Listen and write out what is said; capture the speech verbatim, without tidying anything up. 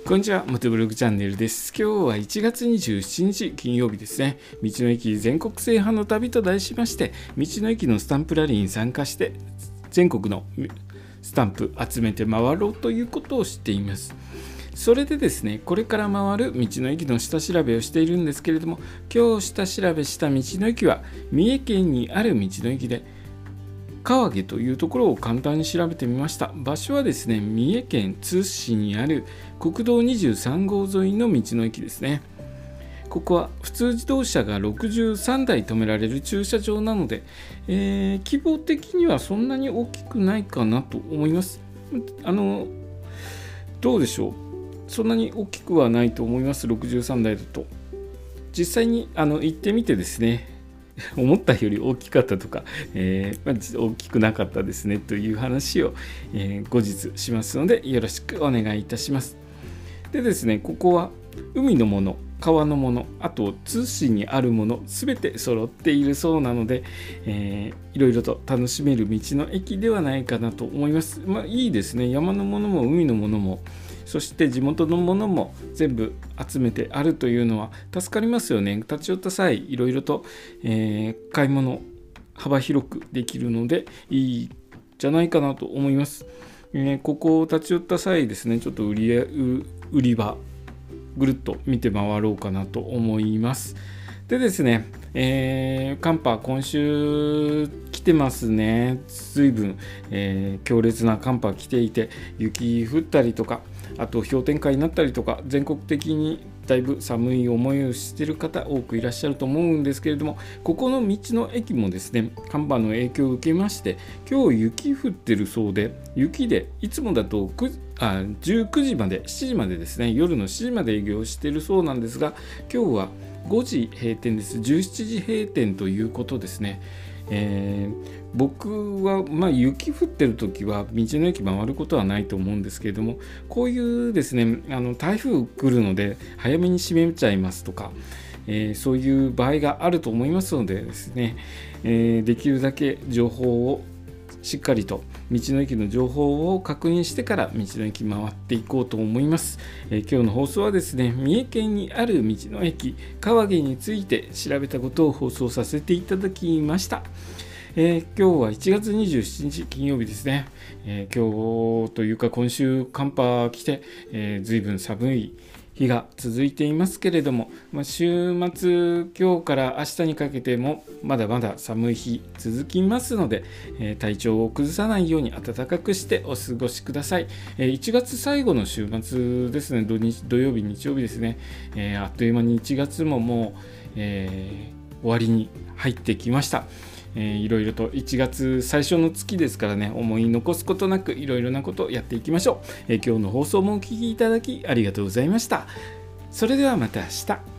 こんにちは、モトブログチャンネルです。今日はいちがつにじゅうしちにち金曜日ですね。道の駅全国制覇の旅と題しまして、道の駅のスタンプラリーに参加して全国のスタンプ集めて回ろうということをしています。それでですね、これから回る道の駅の下調べをしているんですけれども、今日下調べした道の駅は三重県にある道の駅で、川毛というところを簡単に調べてみました。場所はですね、三重県津市にある国道にじゅうさんごう沿いの道の駅ですね。ここは普通自動車がろくじゅうさんだい止められる駐車場なので、えー、規模的にはそんなに大きくないかなと思います。あのどうでしょう、そんなに大きくはないと思います。ろくじゅうさんだいだと実際にあの行ってみてですね、思ったより大きかったとか、えーまあ、大きくなかったですねという話を、えー、後日しますのでよろしくお願いいたします。でですね、ここは海のもの、川のもの、あと津市にあるものすべて揃っているそうなので、えー、いろいろと楽しめる道の駅ではないかなと思います。まあいいですね。山のものも海のものも、そして地元のものも全部集めてあるというのは助かりますよね。立ち寄った際いろいろと、えー、買い物幅広くできるのでいいんじゃないかなと思います。えー、ここを立ち寄った際ですね、ちょっと売り売り場ぐるっと見て回ろうかなと思います。でですね、えー、寒波今週来てますね。随分、えー、強烈な寒波来ていて、雪降ったりとか、あと氷点下になったりとか、全国的にだいぶ寒い思いをしている方多くいらっしゃると思うんですけれども、ここの道の駅もですね、寒波の影響を受けまして、今日雪降ってるそうで、雪でいつもだとあじゅうくじまでしちじまでですね、夜のしちじまで営業しているそうなんですが、今日はごじ閉店です。じゅうしちじ閉店ということですね。えー、僕は、まあ、雪降ってる時は道の駅回ることはないと思うんですけれども、こういうですね、あの台風来るので早めに閉めちゃいますとか、えー、そういう場合があると思いますのでですね、えー、できるだけ情報をしっかりと道の駅の情報を確認してから道の駅回っていこうと思います。えー、今日の放送はですね、三重県にある道の駅川毛について調べたことを放送させていただきました。えー、今日はいちがつにじゅうしちにち金曜日ですね。えー、今日というか今週寒波来て、えー、随分寒い日が続いていますけれども、まあ、週末今日から明日にかけてもまだまだ寒い日続きますので、えー、体調を崩さないように暖かくしてお過ごしください。えー、いちがつ最後の週末ですね、土日、土曜日日曜日ですね、えー、あっという間にいちがつももう、えー、終わりに入ってきました。えー、いろいろといちがつ最初の月ですからね、思い残すことなくいろいろなことをやっていきましょう。えー、今日の放送もお聞きいただきありがとうございました。それではまた明日。